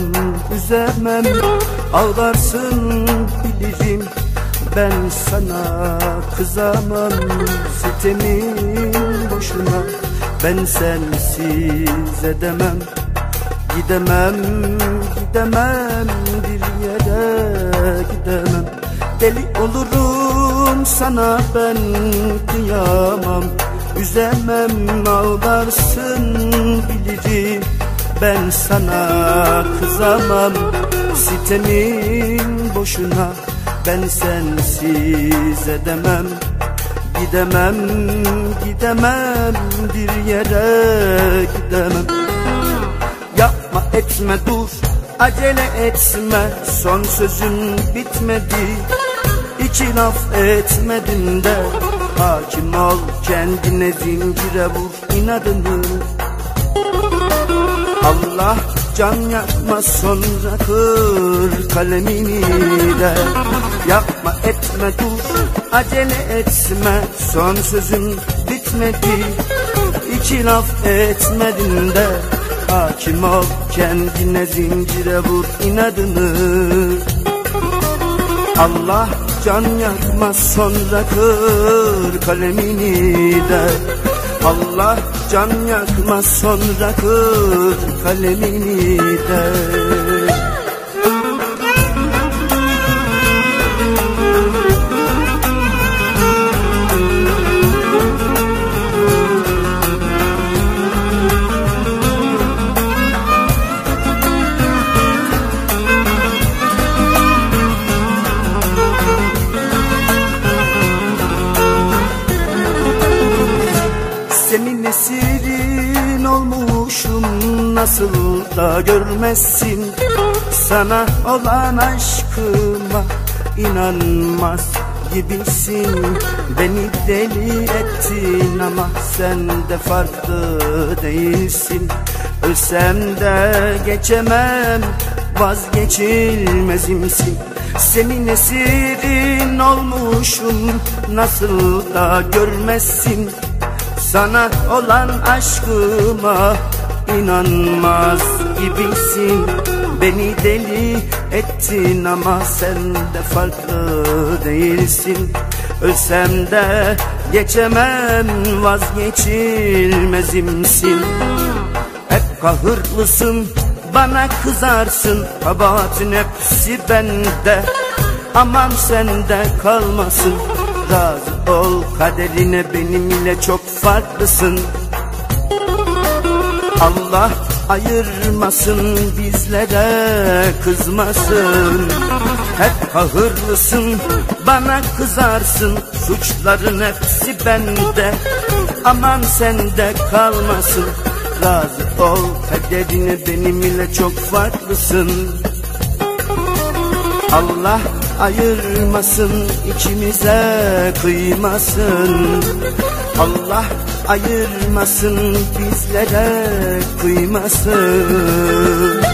üzemem. Ağlarsın bilirim, ben sana kızamam. Sitemin boşuna, ben sensiz edemem. Gidemem, gidemem, bir yere gidemem. Deli olurum sana, ben kıyamam. Üzemem, ağlarsın bilirim, ben sana kızamam. Sitemin boşuna, ben sensiz edemem. Gidemem, gidemem, bir yere gidemem. Yapma etme dur, acele etme, son sözün bitmedi. İki laf etmedin de, hakim ol kendine, zincire vur inadını. Allah can yakma, sonra kır kalemini de. Yapma etme dur, acele etme, son sözün bitmedi. İki laf etmedin de, hakim ol kendine, zincire vur inadını. Allah can yakma, sonra kır kalemini de. Allah can yakma, sonra kır kalemini de. Senin esirin olmuşum, nasıl da görmezsin. Sana olan aşkıma inanmaz gibisin. Beni deli ettin ama sen de farklı değilsin. Ölsem de geçemem, vazgeçilmezimsin. Senin esirin olmuşum, nasıl da görmezsin. Sana olan aşkıma inanmaz gibisin. Beni deli ettin ama sen de farklı değilsin. Ölsem de geçemem, vazgeçilmezimsin. Hep kahırlısın, bana kızarsın, kabahatin hepsi bende. Aman sende kalmasın, razı ol kaderine, benimle çok farklısın. Allah ayırmasın, bizlere kızmasın. Hep kahırlısın, bana kızarsın, suçların hepsi bende. Aman sende kalmasın, razı ol kaderine, benimle çok farklısın. Allah ayırmasın, ikimize kıymasın. Allah ayırmasın, bizlere kıymasın.